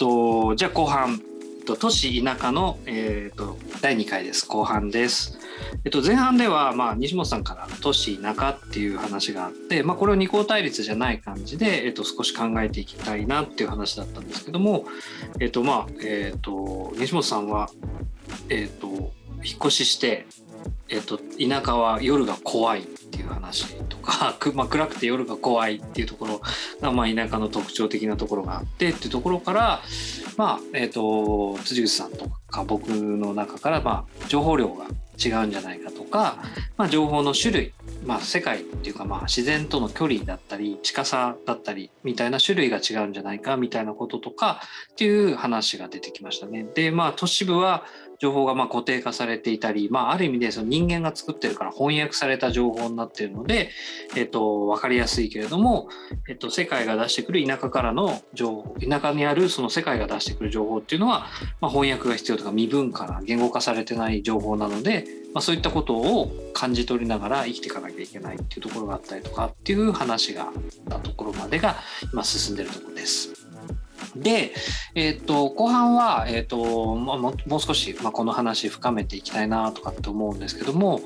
じゃあ後半、都市田舎の、第2回です。後半です。前半では、西本さんから都市田舎っていう話があって、これを二項対立じゃない感じで、少し考えていきたいなっていう話だったんですけども、西本さんは、引っ越しして、田舎は夜が怖いっていう話とか、暗くて夜が怖いっていうところが、田舎の特徴的なところがあってっていうところから、辻口さんとか僕の中から、情報量が違うんじゃないかとか、情報の種類、世界っていうか、自然との距離だったり近さだったりみたいな種類が違うんじゃないかみたいなこととかっていう話が出てきましたね。で、都市部は情報が固定化されていたり、ある意味でその人間が作ってるから翻訳された情報になっているので、分かりやすいけれども、世界が出してくる田舎からの情報、田舎にあるその世界が出してくる情報っていうのは、翻訳が必要とか未文化な言語化されてない情報なので、そういったことを感じ取りながら生きていかなきゃいけないっていうところがあったりとかっていう話があったところまでが今進んでいるところです。で、後半は、もう少し、この話深めていきたいなとかって思うんですけども、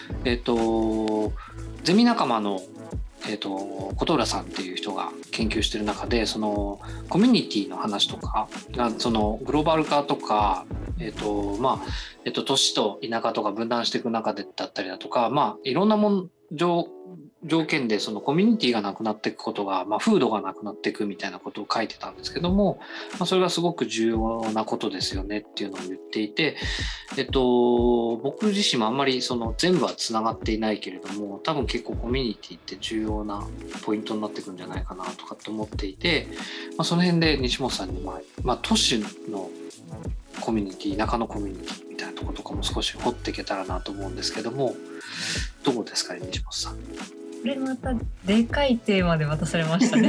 ゼミ仲間の琴浦さんっていう人が研究してる中で、そのコミュニティの話とかが、そのグローバル化とか、都市と田舎とか分断していく中でだったりだとか、いろんな条件でそのコミュニティがなくなっていくことが、風土がなくなっていくみたいなことを書いてたんですけども、それがすごく重要なことですよねっていうのを言っていて、僕自身もあんまりその全部はつながっていないけれども、多分結構コミュニティって重要なポイントになってくるんじゃないかなとかって思っていて、その辺で西本さんに、都市のコミュニティ、田舎のコミュニティみたいなところとかも少し掘っていけたらなと思うんですけども、どうですかね、西本さん。 これまたでかいテーマで渡されましたね。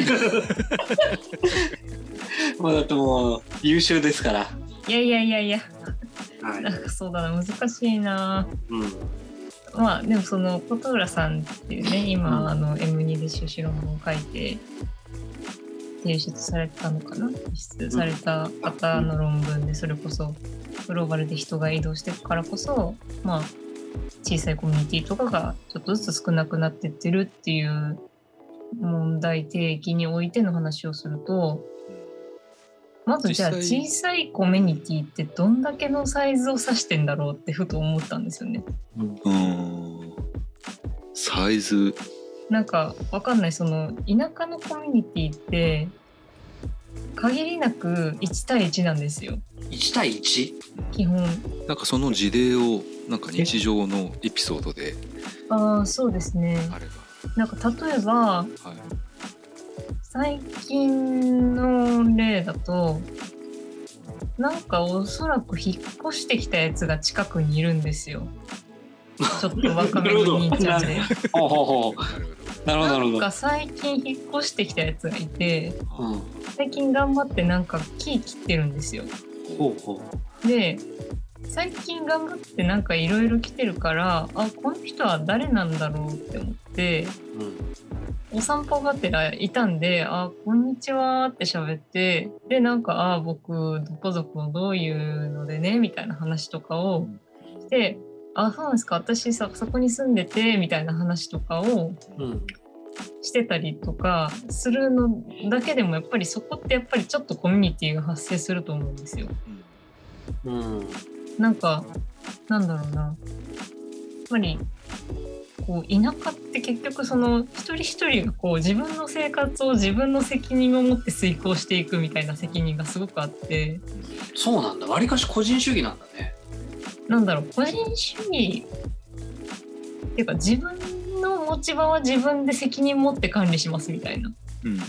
だってもう優秀ですから。 いや、 はい、 なんかそうだな、難しいな。でもその琴浦さんっていうね、今、M2 で修士論文を書いて提出されたのかな、提出された方の論文で、それこそグローバルで人が移動していくからこそ、小さいコミュニティとかがちょっとずつ少なくなっていってるっていう問題提起においての話をすると、まずじゃあ小さいコミュニティってどんだけのサイズを指してんだろうってふと思ったんですよね。 サイズなんかわかんない、その田舎のコミュニティって限りなく1対1なんですよ。 1対 1？ 基本。 なんかその事例をなんか日常のエピソードでそうですね。なんか例えば、最近の例だと、なんかおそらく引っ越してきたやつが近くにいるんですよ。ちょっと若めの兄ちゃんで。 なるほど。 なんか最近引っ越してきたやつがいて、最近頑張ってなんか木切ってるんですよ。で、最近頑張ってなんかいろいろ来てるから、この人は誰なんだろうって思って、お散歩がてらいたんで、こんにちはって喋って、で、なんか、僕、どこぞこのどういうのでね、みたいな話とかをして、そうなんですか、私そこに住んでて、みたいな話とかをしてたりとかするのだけでも、やっぱりそこってやっぱりちょっとコミュニティが発生すると思うんですよ。なんか、なんだろうな。やっぱり、こう田舎って結局その一人一人がこう自分の生活を自分の責任を持って遂行していくみたいな責任がすごくあって。 そうなんだ。わりかし個人主義なんだね。 なんだろう、個人主義っていうか、自分の持ち場は自分で責任持って管理しますみたいな。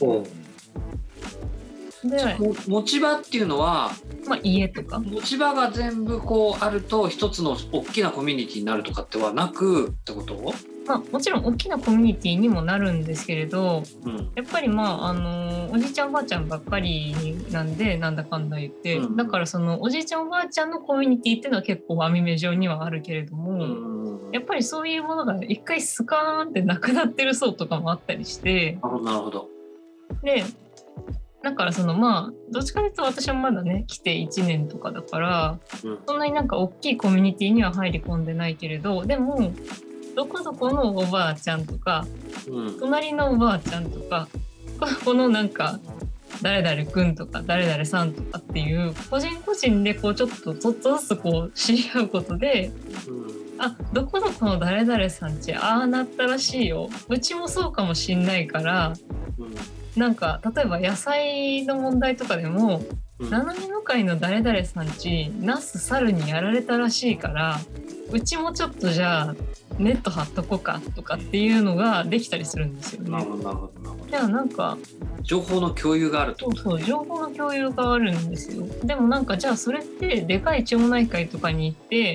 で、持ち場っていうのは、 家とか持ち場が全部こうあると一つの大きなコミュニティになるとかってはなくってこと？ もちろん大きなコミュニティにもなるんですけれど、やっぱりおじいちゃんおばあちゃんばっかりなんで、なんだかんだ言って、だからそのおじいちゃんおばあちゃんのコミュニティっていうのは結構網目状にはあるけれども、やっぱりそういうものが一回スカーンってなくなってる層とかもあったりして。 なるほど。 で、 だからまあどっちかというと私はまだね来て1年とかだから、そんなになんか大きいコミュニティには入り込んでないけれど、でもどこどこのおばあちゃんとか、隣のおばあちゃんとか、このなんか誰々くんとか誰々さんとかっていう個人個人でこうちょっとずつこう知り合うことで、あ、どこどこの誰々さんちああなったらしいよ、うちもそうかもしんないから、なんか例えば野菜の問題とかでも、斜め向かいの誰々さんちナス猿にやられたらしいから、うちもちょっとじゃあネット貼っとこうかとかっていうのができたりするんですよね。 なるほど。 じゃあなんか情報の共有があると。 そう情報の共有があるんですよ。でもなんかじゃあそれってでかい町内会とかに行って、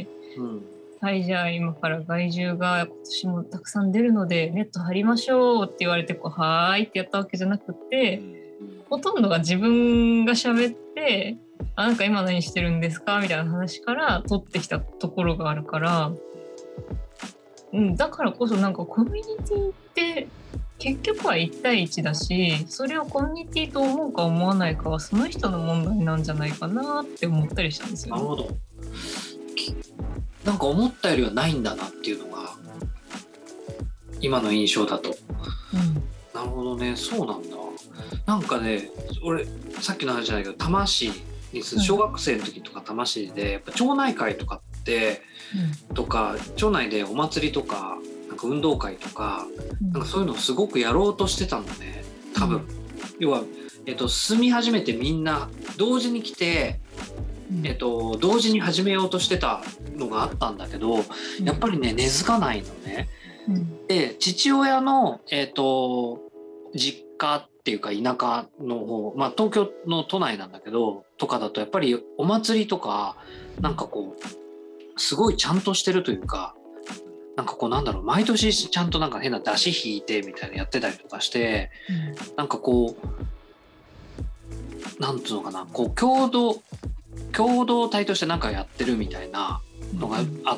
はい、じゃあ今から害獣が今年もたくさん出るのでネット貼りましょうって言われてはーいってやったわけじゃなくて、ほとんどが自分が喋って、なんか今何してるんですかみたいな話から取ってきたところがあるから、だからこそなんかコミュニティって結局は1対1だし、それをコミュニティと思うか思わないかはその人の問題なんじゃないかなって思ったりしたんですよね。 なるほど。なんか思ったよりはないんだなっていうのが今の印象だと、なるほどね、そうなんだ。なんかね、俺さっきの話じゃないけど多摩市に小学生の時とか多摩市でやっぱ町内会とかって、とか町内でお祭りとかなんか運動会とか、なんかそういうのをすごくやろうとしてたのね、多分。要は、住み始めてみんな同時に来て、同時に始めようとしてたのがあったんだけど、やっぱりね根付かないのね。で父親の、実家っていうか田舎の方、まあ東京の都内なんだけどとかだとやっぱりお祭りとかなんかこうすごいちゃんとしてるというか、なんかこうなんだろう、毎年ちゃんとなんか変な出汁引いてみたいなやってたりとかして、なんかこうなんつうのかな、こう共同体としてなんかやってるみたいなのがあって、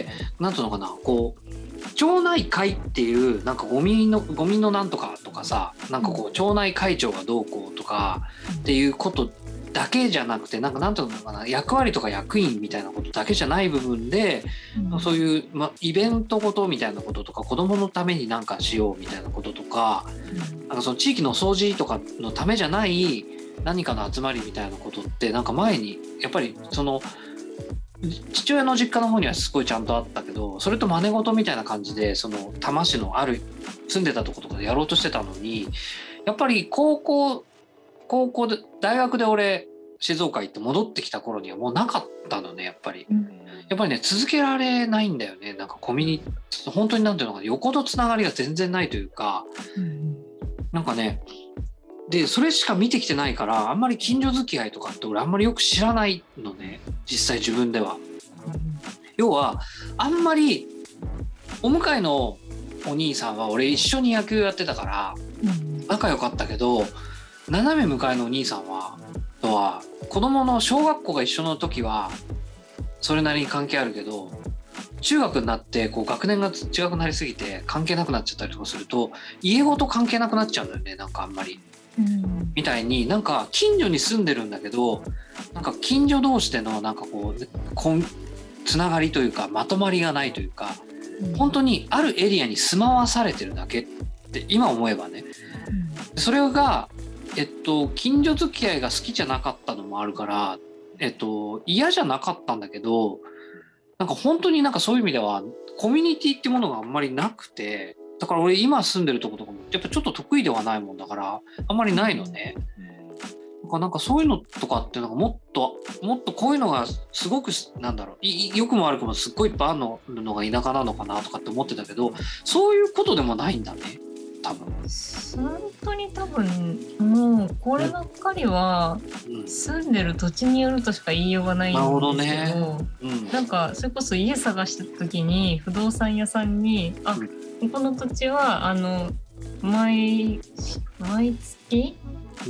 なんつうのかな、こう町内会っていうなんかゴミのなんとかとかさ、なんかこう町内会長がどうこうとかっていうことだけじゃなくて、なんていうのかな、役割とか役員みたいなことだけじゃない部分で、そういう、イベントごとみたいなこととか、子どものためになんかしようみたいなこととか、なんかその地域の掃除とかのためじゃない何かの集まりみたいなことってなんか前にやっぱりその父親の実家の方にはすごいちゃんとあったけど、それと真似事みたいな感じでその多摩市のある住んでたとことかでやろうとしてたのに、やっぱり高校で大学で俺静岡行って戻ってきた頃にはもうなかったのね。やっぱりね続けられないんだよね。なんかコミュニティ本当になんていうのかな、横のつながりが全然ないというか、なんかね、でそれしか見てきてないからあんまり近所付き合いとかって俺あんまりよく知らないのね、実際自分では。要はあんまりお向かいのお兄さんは俺一緒に野球やってたから仲良かったけど、斜め向かいのお兄さんは子供の小学校が一緒の時はそれなりに関係あるけど、中学になってこう学年が違くなりすぎて関係なくなっちゃったりとかすると家ごと関係なくなっちゃうんだよね。なんかあんまりみたいに、なんか近所に住んでるんだけど、なんか近所同士でのなんかこうつながりというかまとまりがないというか、本当にあるエリアに住まわされてるだけって今思えばね。それが近所付き合いが好きじゃなかったのもあるから、嫌じゃなかったんだけど、なんか本当になんかそういう意味ではコミュニティってものがあんまりなくて、だから俺今住んでるとことかもやっぱちょっと得意ではないもんだからあんまりないのね。なんかそういうのとかってなんかもっとこういうのがすごくなんだろう、良くも悪くもすっごいいっぱいあるのが田舎なのかなとかって思ってたけど、そういうことでもないんだね。多分本当に多分もうこればっかりは住んでる土地によるとしか言いようがないんですけど、なんかそれこそ家探した時に不動産屋さんにここの土地は毎月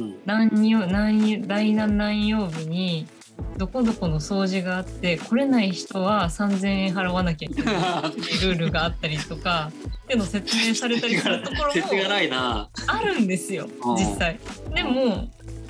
第何曜日にどこどこの掃除があって来れない人は3000円払わなきゃいけないっていうルールがあったりとかっていうのを説明されたりするところもあるんですよ実際。でも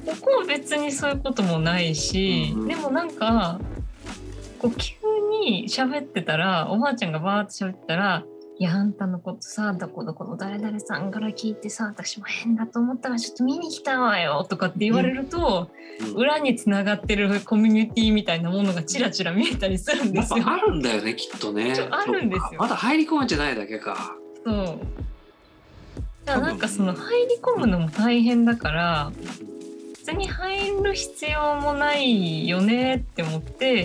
こは別にそういうこともないし、でもなんかこう急に喋ってたら、おばあちゃんがバーって喋ってたら、いやあんたのことさ、どこどこの誰々さんから聞いてさ、私も変だと思ったらちょっと見に来たわよとかって言われると、裏につながってるコミュニティみたいなものがちらちら見えたりするんですよ。 やっぱあるんだよね、きっとね。 あるんですよ。 まだ入り込めてないだけか。 そう。だからなんかその入り込むのも大変だから、別に入る必要もないよねって思って、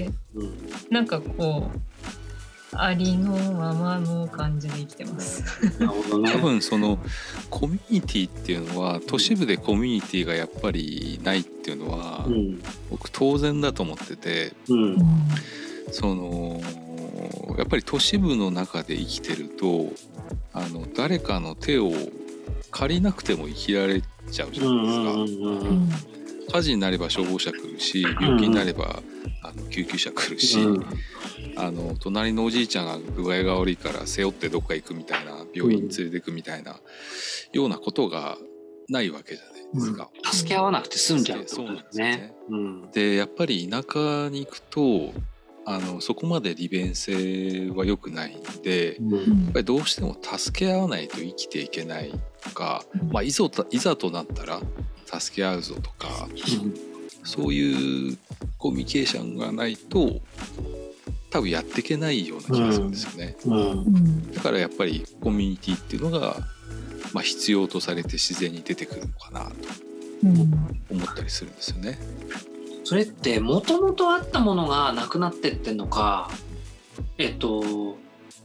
なんかこうありのままの感じで生きてます。 なるほどね。多分そのコミュニティっていうのは、都市部でコミュニティがやっぱりないっていうのは、僕当然だと思ってて、そのやっぱり都市部の中で生きてると、誰かの手を借りなくても生きられちゃうじゃないですか。火事になれば消防車来るし、病気になれば救急車来るし、隣のおじいちゃんが具合が悪いから背負ってどっか行くみたいな、病院に連れてくみたいなようなことがないわけじゃないですか。 助け合わなくて済んじゃうってことですね。 でやっぱり田舎に行くとそこまで利便性は良くないんで、やっぱりどうしても助け合わないと生きていけないとか、いざとなったら助け合うぞとか、そういうコミュニケーションがないと多分やっていけないような気がするんですよね。だからやっぱりコミュニティっていうのが、必要とされて自然に出てくるのかなと思ったりするんですよね。 それってもともとあったものがなくなってってんのか、こ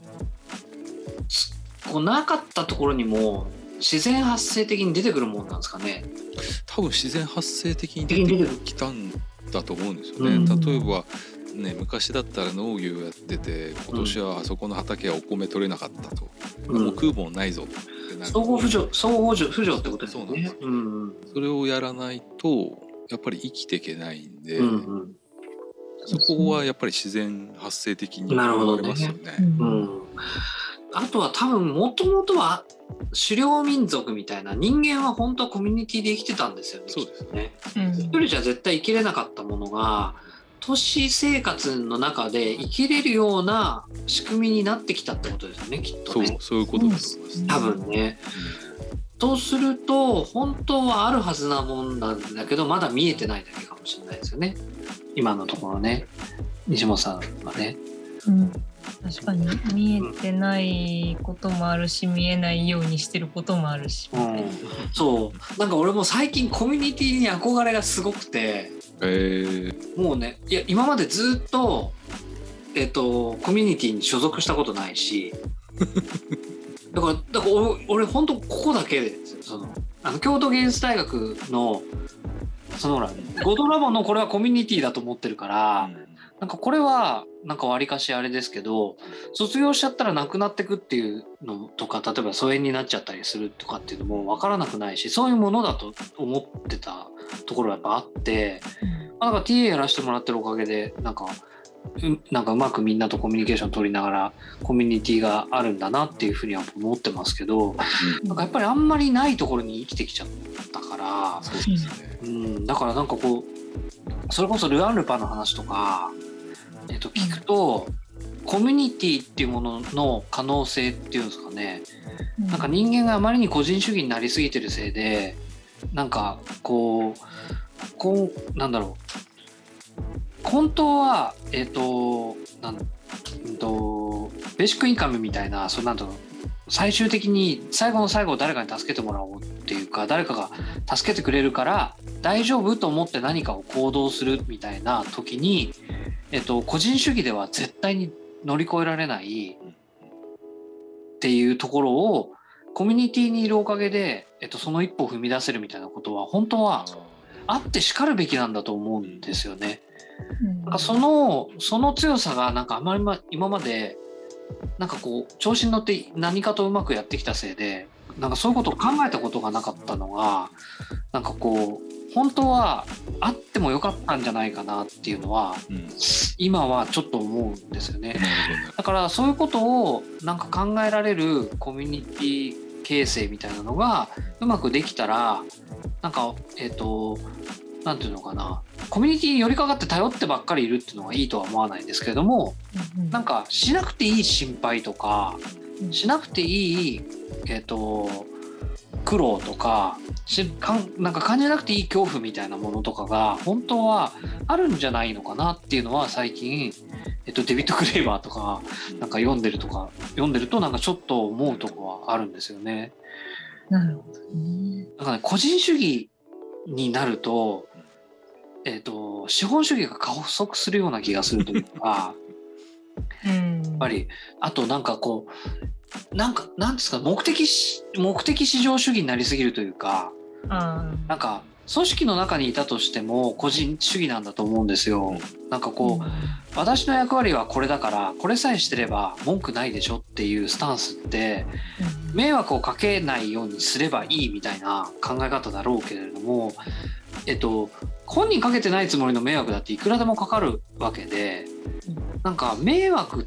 うなかったところにも自然発生的に出てくるもんなんですかね。 多分自然発生的に出てきたんだと思うんですよね。例えばね、昔だったら農業やってて、今年はあそこの畑はお米取れなかったと、もう食うもんないぞってなる。総合浮上ってことですよね。それをやらないとやっぱり生きていけないんで、そこはやっぱり自然発生的に生まれますよね。 あとは多分もともとは狩猟民族みたいな、人間は本当はコミュニティで生きてたんですよね。 そうですね。一人じゃ絶対生きれなかったものが、都市生活の中で生きれるような仕組みになってきたってことですよね、きっとね。 そういうことだと思います。 多分ね。とすると本当はあるはずなもんなんだけど、まだ見えてないだけかもしれないですよね、今のところね、西本さんはね。 確かに見えてないこともあるし、見えないようにしてることもあるし、 そうなんか俺も最近コミュニティに憧れがすごくて、もうね、いや今までずっとコミュニティに所属したことないしだから俺本当ここだけで、京都芸術大学のゴドラボのこれはコミュニティだと思ってるから、なんかこれはなんかわりかしあれですけど、卒業しちゃったらなくなってくっていうのとか、例えば疎遠になっちゃったりするとかっていうのも分からなくないし、そういうものだと思ってたところがやっぱあって、なんか TA やらせてもらってるおかげでなんかうまくみんなとコミュニケーション取りながらコミュニティがあるんだなっていうふうには思ってますけど、なんかやっぱりあんまりないところに生きてきちゃったから、だからなんかこうそれこそルアンルパの話とか、聞くとコミュニティっていうものの可能性っていうんですかね、なんか人間があまりに個人主義になりすぎてるせいで、なんかこうなんだろう、本当はベーシックインカムみたいな、なんだろう、最終的に最後の最後誰かに助けてもらおうっていうか、誰かが助けてくれるから大丈夫と思って何かを行動するみたいな時に、個人主義では絶対に乗り越えられないっていうところをコミュニティにいるおかげで、その一歩を踏み出せるみたいなことは本当はあってしかるべきなんだと思うんですよね。なんかその強さがなんかあまり今までなんかこう調子に乗って何かとうまくやってきたせいで、なんかそういうことを考えたことがなかったのが、なんかこう本当はあってもよかったんじゃないかなっていうのは、今はちょっと思うんですよね。だからそういうことをなんか考えられるコミュニティ形成みたいなのがうまくできたら、なんかなんていうのかな、コミュニティに寄りかかって頼ってばっかりいるっていうのがいいとは思わないんですけれども、なんかしなくていい心配とかしなくていい苦労とかなんか感じなくていい恐怖みたいなものとかが本当はあるんじゃないのかなっていうのは最近、デビッド・クレイバーとかなんか読んでるとなんかちょっと思うとこはあるんですよね。 なるほどね。 だからね、個人主義になると、資本主義が加速するような気がするというかやっぱりあとなんかこうなんですか、目的至上主義になりすぎるというか、なんか組織の中にいたとしても個人主義なんだと思うんですよ。なんかこう、私の役割はこれだからこれさえしてれば文句ないでしょっていうスタンスって迷惑をかけないようにすればいいみたいな考え方だろうけれども、本人かけてないつもりの迷惑だっていくらでもかかるわけで、なんか迷惑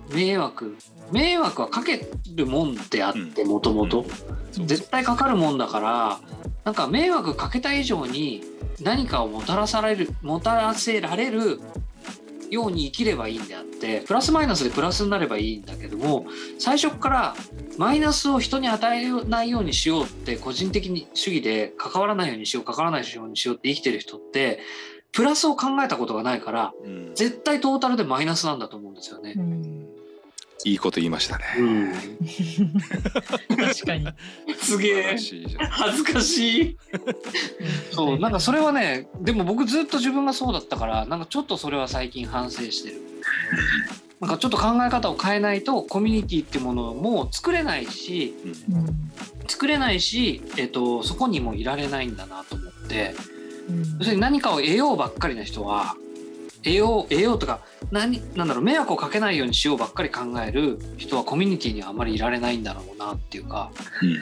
はかけるもんであってもともと絶対かかるもんだから、なんか迷惑かけた以上に何かをもたらせられるように生きればいいんであって、プラスマイナスでプラスになればいいんだけども、最初からマイナスを人に与えないようにしようって個人的に主義で関わらないようにしようって生きてる人ってプラスを考えたことがないから、絶対トータルでマイナスなんだと思うんですよね。 いいこと言いましたね。 確かに。 すげえ恥ずかしい。そう、なんかそれはね、でも僕ずっと自分がそうだったから、なんかちょっとそれは最近反省してる。なんかちょっと考え方を変えないとコミュニティっていうものも作れないし、そこにもいられないんだなと思って、要するに何かを得ようばっかりな人は得ようとかなんだろう、迷惑をかけないようにしようばっかり考える人はコミュニティにはあまりいられないんだろうなっていうか、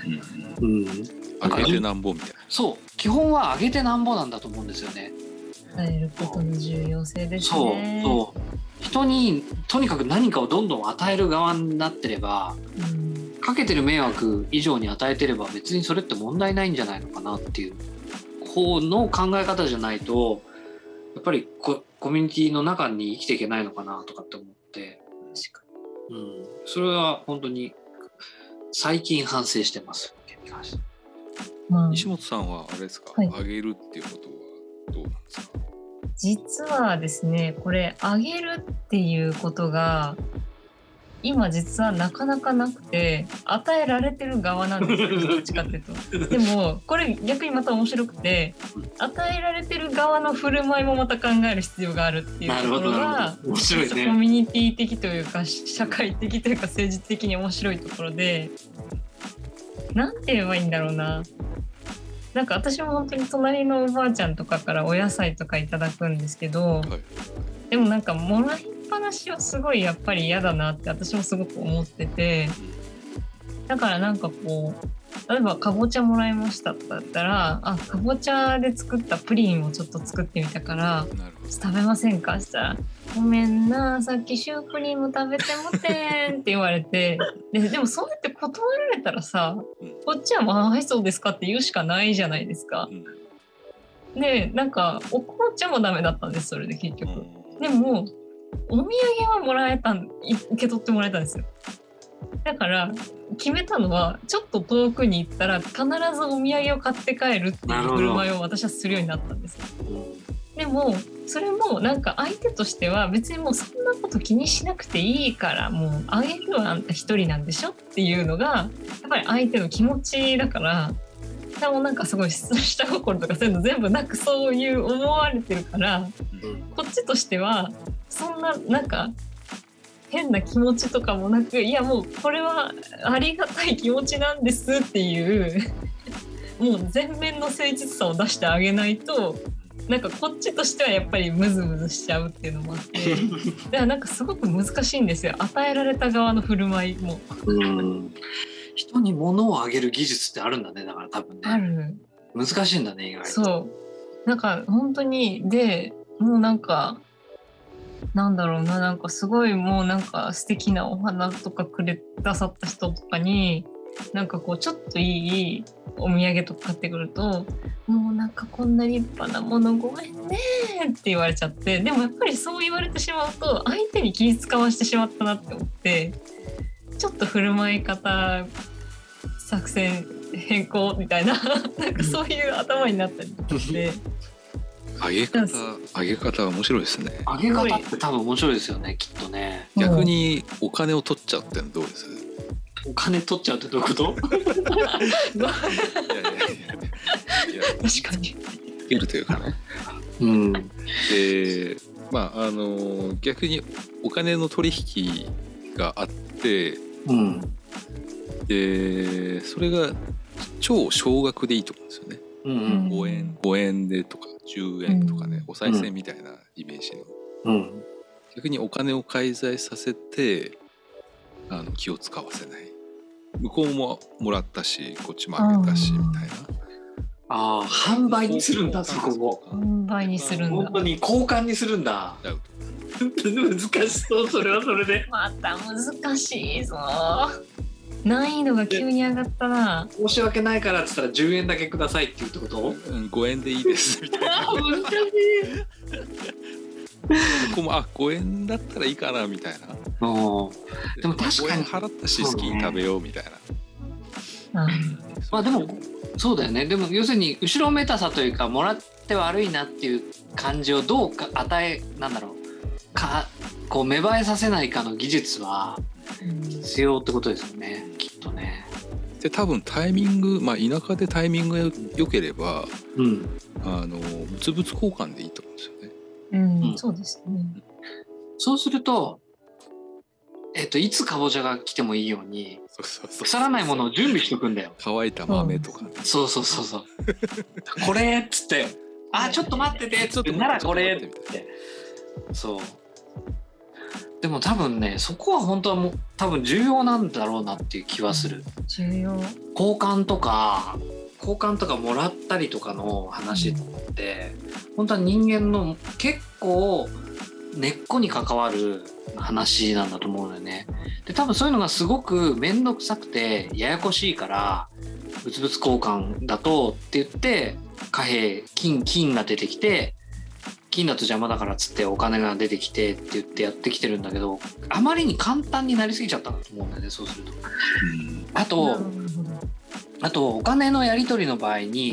上げてなんぼみたいな。 そう、基本は上げてなんぼなんだと思うんですよね。 伝えることの重要性ですね。 そう人にとにかく何かをどんどん与える側になってれば、かけてる迷惑以上に与えてれば別にそれって問題ないんじゃないのかなっていう方の考え方じゃないと、やっぱりコミュニティの中に生きていけないのかなとかって思って、 確かに、それは本当に最近反省してます。 西本さんはあれですか、あげるっていうことはどうなんですか？ 実はですね、これあげるっていうことが今実はなかなかなくて、与えられてる側なんですよ、どっちかっていうと。でもこれ逆にまた面白くて、与えられてる側の振る舞いもまた考える必要があるっていうところが面白いね。 コミュニティ的というか社会的というか政治的に面白いところで、なんて言えばいいんだろうな。なんか私も本当に隣のおばあちゃんとかからお野菜とかいただくんですけど、でもなんかもらいっぱなしはすごいやっぱり嫌だなって私もすごく思ってて、だからなんかこう、例えばかぼちゃもらいましたとかだったら、かぼちゃで作ったプリンをちょっと作ってみたから食べませんかって言ったら、ごめんな、さっきシュークリーム食べてもてんって言われて、でもそうやって断られたらさ、こっちははいそうですかって言うしかないじゃないですか。でなんかお紅茶もダメだったんです、それで結局。でもお土産は受け取ってもらえたんですよ。だから決めたのは、ちょっと遠くに行ったら必ずお土産を買って帰るっていう振る舞いを私はするようになったんですよ。でもそれもなんか相手としては別にもうそんなこと気にしなくていいから、もうあげるはあんた一人なんでしょっていうのがやっぱり相手の気持ちだから、でもなんかすごい下心とかそういうの全部なくそういう思われてるから、こっちとしてはそんななんか変な気持ちとかもなく、いやもうこれはありがたい気持ちなんですっていうもう全面の誠実さを出してあげないと、なんかこっちとしてはやっぱりムズムズしちゃうっていうのもあって、だからなんかすごく難しいんですよ、与えられた側の振る舞いも。 人に物をあげる技術ってあるんだね。だから多分ね。 ある。 難しいんだね、意外と。 そう。なんか本当に、でもうなんかなんだろうな、なんかすごいもうなんか素敵なお花とかくださった人とかに、 なんかこうちょっといいお土産とか買ってくると、もうなんかこんな立派なものごめんねって言われちゃって、でもやっぱりそう言われてしまうと相手に気遣わしてしまったなって思って、ちょっと振る舞い方作戦変更みたいななんかそういう頭になったりして。 上げ方面白いですね。 上げ方って多分面白いですよね、きっとね。 逆にお金を取っちゃうってのはどうです？ お金取っちゃうってどういうこと？ いや確かに。 いけるというかね。 うん。 で、まあ逆にお金の取引があって、 うん。 でそれが超少額でいいと思うんですよね。 うん、 5円でとか10円とかね、お賽銭みたいなイメージの、 うん、 逆にお金を介在させて気を使わせない、向こうももらったしこっちもあげたしみたいな。 ああ、販売にするんだ。そこも販売にするんだ。 本当に交換にするんだ。難しそう。それはそれでまた難しいぞ。難易度が急に上がったな。 申し訳ないからっつったら10円だけくださいって言うってこと？ 5円でいいですみたいな。 難しい。 ここも5円だったらいいかなみたいな。でも確かに払ったし好きに食べようみたいな。 まあでもそうだよね。でも要するに後ろめたさというか、もらって悪いなっていう感じをどうかなんだろうか、こう芽生えさせないかの技術は必要ってことですよね、きっとね。 で多分タイミング、田舎でタイミングが良ければ、物々交換でいいと思うんですよね。 そうですね。 そうすると、いつかぼちゃが来てもいいように腐らないものを準備しておくんだよ。 乾いた豆とか、ね、 そうこれっつってちょっと待っててっつってならこれってそう。でも多分ね、そこは本当はもう多分重要なんだろうなっていう気はする。 重要。 交換とかもらったりとかの話って、本当は人間の結構根っこに関わる話なんだと思うのよね。で多分そういうのがすごく面倒くさくてややこしいから、物々交換だとって言って貨幣金が出てきて、金だと邪魔だからっつってお金が出てきてって言ってやってきてるんだけど、あまりに簡単になりすぎちゃったんだと思うんだよね、そうすると。あとお金のやり取りの場合に、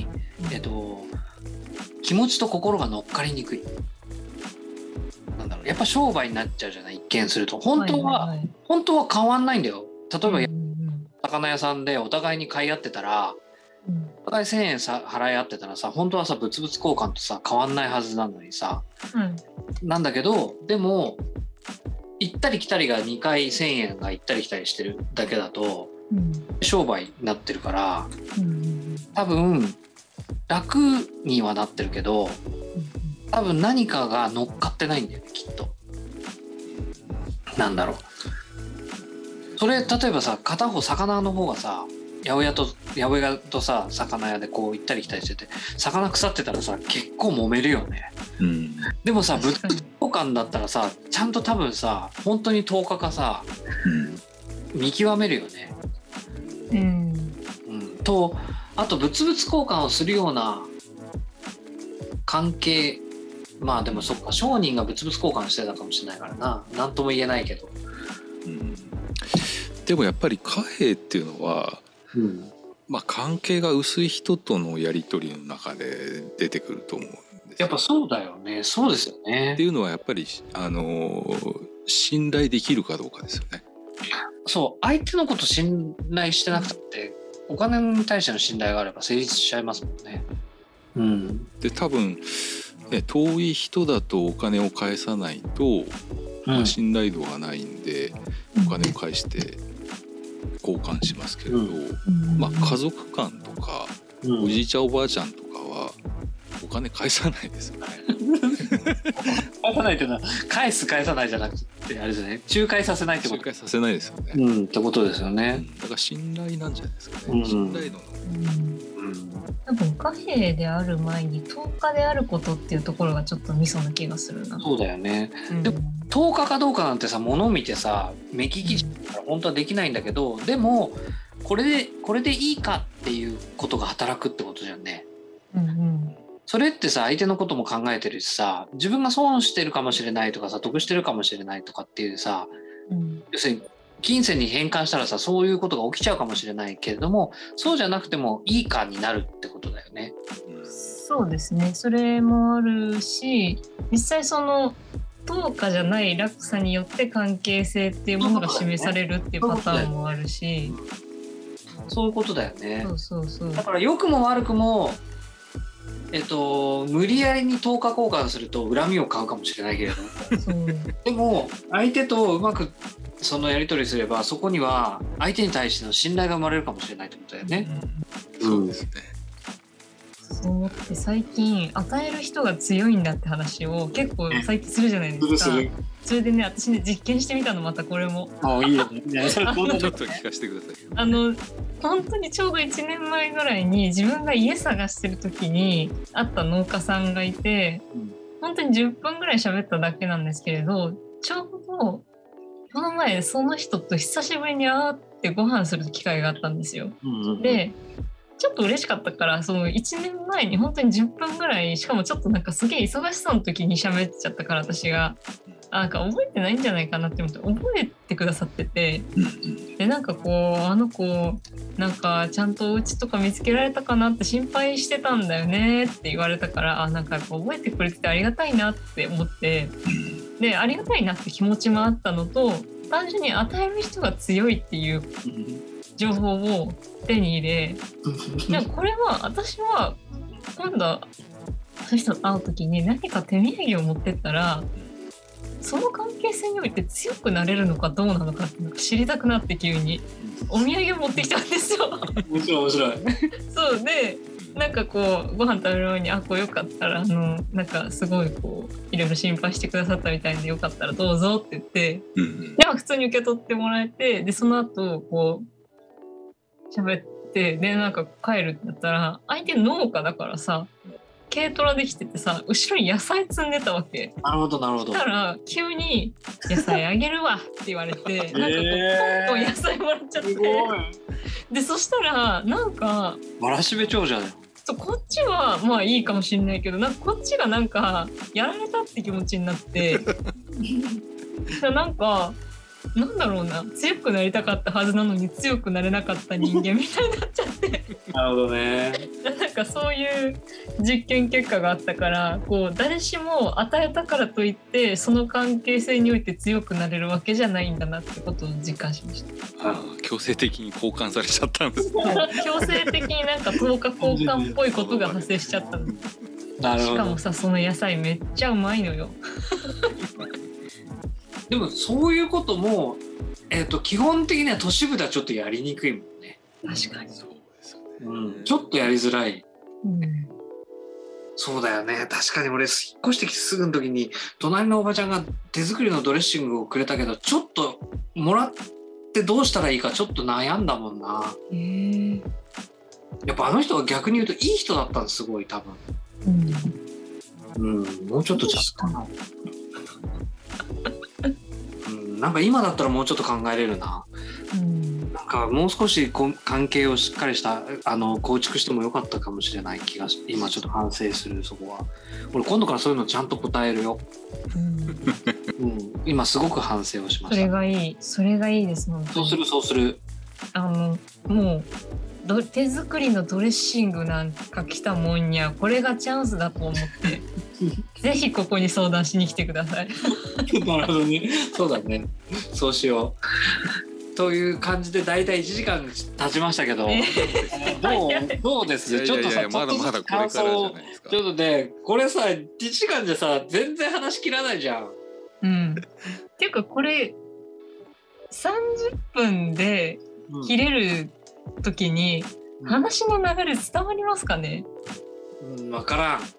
気持ちと心が乗っかりにくい。なんだろう、やっぱ商売になっちゃうじゃない、一見すると。本当は変わんないんだよ。例えば、魚屋さんでお互いに買い合ってたら、お互い1000円払い合ってたらさ、本当はさ物々交換とさ変わんないはずなのにさ、なんだけど、でも行ったり来たりが2回1000円が行ったり来たりしてるだけだと、商売になってるから、多分楽にはなってるけど、多分何かが乗っかってないんだよね、きっと。なんだろう、それ例えばさ、片方魚の方がさ、八百屋とさ魚屋でこう行ったり来たりしてて、魚腐ってたらさ結構揉めるよね。でもさ、物々交換だったらさ、ちゃんと多分さ本当に10日かさ、見極めるよね。とあと物々交換をするような関係、でもそっか、商人が物々交換してたかもしれないからな、なんとも言えないけど。 でもやっぱり貨幣っていうのは、関係が薄い人とのやり取りの中で出てくると思うんです。 やっぱそうだよね。そうですよね。 っていうのはやっぱり信頼できるかどうかですよね。 そう、相手のこと信頼してなくたってお金に対しての信頼があれば成立しちゃいますもんね。 で多分、遠い人だとお金を返さないと、信頼度がないんでお金を返して交換しますけれど、家族間とか、おじいちゃんおばあちゃんとかはお金返さないですよね。 返さないというのは返さないじゃなくてあれですね、仲介させないってこと。 仲介させないですよね。 ってことですよね。 だから信頼なんじゃないですかね。信頼度の。 多分貨幣である前に10日であることっていうところがちょっとミソな気がするな。 そうだよね。でも10日かどうかなんてさ、物見てさ目利きしたら本当はできないんだけど、でもこれでいいかっていうことが働くってことじゃんね。 うんうん、 それってさ、相手のことも考えてるしさ、自分が損してるかもしれないとかさ、得してるかもしれないとかっていうさ、要するに金銭に変換したらさ、そういうことが起きちゃうかもしれないけれども、そうじゃなくてもいいかになるってことだよね。 そうですね、それもあるし、実際その等価じゃない落差によって関係性っていうものが示されるっていうパターンもあるし、 そういうことだよね。 そうだから良くも悪くも、無理やりに等価交換すると恨みを買うかもしれないけれどでも相手とうまくそのやり取りすれば、そこには相手に対しての信頼が生まれるかもしれないってことだよね。 そうですね。 そう思って最近与える人が強いんだって話を結構最近するじゃないですか。それでね、私ね実験してみたの、またこれも。 いいよね。 ちょっと聞かせてください。 本当にちょうど1年前ぐらいに自分が家探してる時に会った農家さんがいて、本当に10分ぐらい喋っただけなんですけれど、ちょうどこの前その人と久しぶりに会ってご飯する機会があったんですよ。でちょっと嬉しかったから、その1年前に本当に10分ぐらい、しかもちょっとなんかすげえ忙しそうな時に喋っちゃったから、私がなんか覚えてないんじゃないかなって思って、覚えてくださってて、でなんかこう、あの子なんかちゃんとお家とか見つけられたかなって心配してたんだよねって言われたから、なんかやっぱ覚えてくれててありがたいなって思って、でありがたいなって気持ちもあったのと、単純に与える人が強いっていう情報を手に入れ、でもこれは私は今度その人と会う時に何か手土産を持ってったら、その関係性において強くなれるのかどうなのかって知りたくなって、急にお土産を持ってきたんですよ。 面白いそうで、なんかこうご飯食べる前にこうよかったらなんかすごいこういろいろ心配してくださったみたいで、よかったらどうぞって言って、で普通に受け取ってもらえて、でその後こう喋って、でなんか帰るってなったら、相手農家だからさ、軽トラできててさ、後ろに野菜積んでたわけ。 なるほど。 そしたら急に野菜あげるわって言われて、なんかこうポンポン野菜もらっちゃって、でそしたらなんかわらしべ長者だよ。 こっちはまあいいかもしれないけど、なんかこっちがなんかやられたって気持ちになってなんかなんだろうな、強くなりたかったはずなのに強くなれなかった人間みたいになっちゃってなるほどね。 なんかそういう実験結果があったから、こう誰しも与えたからといってその関係性において強くなれるわけじゃないんだなってことを実感しました。 強制的に交換されちゃったんですね。 強制的になんか等価交換っぽいことが発生しちゃったの。 なるほど。 しかもさ、その野菜めっちゃうまいのよでもそういうことも、基本的には都市部ではちょっとやりにくいもんね。 確かにそうですよね。 ちょっとやりづらい。そうだよね。確かに俺引っ越してきてすぐの時に隣のおばちゃんが手作りのドレッシングをくれたけど、ちょっともらってどうしたらいいかちょっと悩んだもんな。やっぱあの人は逆に言うといい人だったんです、すごい多分。もうちょっとちゃったな。なんか今だったらもうちょっと考えれるな。なんかもう少し関係をしっかりした構築してもよかったかもしれない気が今ちょっと反省する。そこは俺今度からそういうのちゃんと答えるよ。今すごく反省をしました。 それがいい、それがいいです。 そうする。 もう手作りのドレッシングなんか来たもんにはこれがチャンスだと思ってぜひここに相談しに来てくださいなるほどね。そうだね。そうしよう。という感じでだいたい1時間経ちましたけど、どうです？ちょっとさ、 まだまだこれからじゃないですか。 ちょっとね、これさ1時間でさ全然話切らないじゃん。 っていうかこれ30分で切れる時に話の流れ伝わりますかね？ 分からん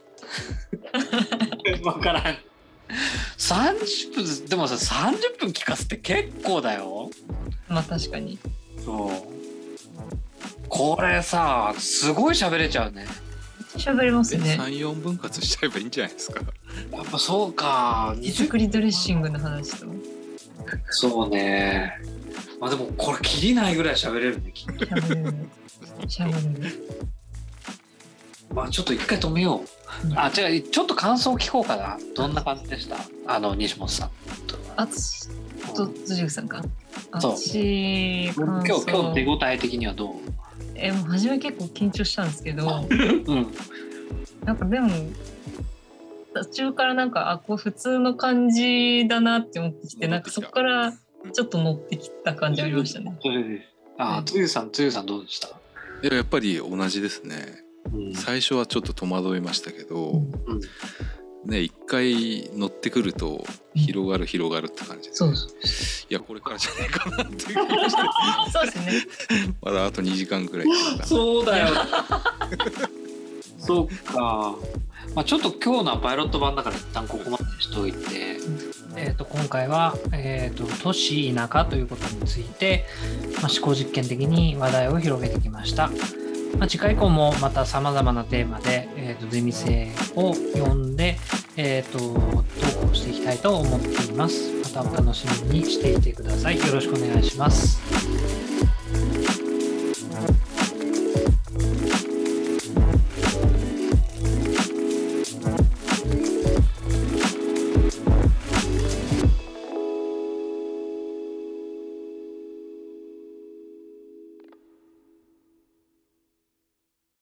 分からん。30分でもさ、30分聞かすって結構だよ。 まあ確かに。 そう。これさ、すごい喋れちゃうね。 喋れますね。 3、4分割しちゃえばいいんじゃないですか。 やっぱそうか。 手作りドレッシングの話と。 そうね。 まあでもこれ切りないぐらい喋れるねきっと。 喋れる。 まあちょっと一回止めよう。あ、違う、ちょっと感想聞こうかな。どんな感じでした？西本さん。 私と辻口さんか。 そう。 私今日手応え的にはどう？ もう初め結構緊張したんですけど、 うん。 なんかでも途中からなんかこう普通の感じだなって思ってきて、なんかそこからちょっと乗ってきた感じありましたね。 辻さんどうでした？ いや、やっぱり同じですね。最初はちょっと戸惑いましたけど、ね、一回乗ってくると広がるって感じで、 そういやこれからじゃないかなっていう気がしてそうですね。 まだあと2時間くらいそうだよそうか、まあ、ちょっと今日のはパイロット版だから一旦ここまでにしておいて、今回は、都市田舎ということについて、思考実験的に話題を広げてきました。次回以降もまたさまざまなテーマで、ゼミ生を呼んで、投稿していきたいと思っています。またお楽しみにしていてください。よろしくお願いします。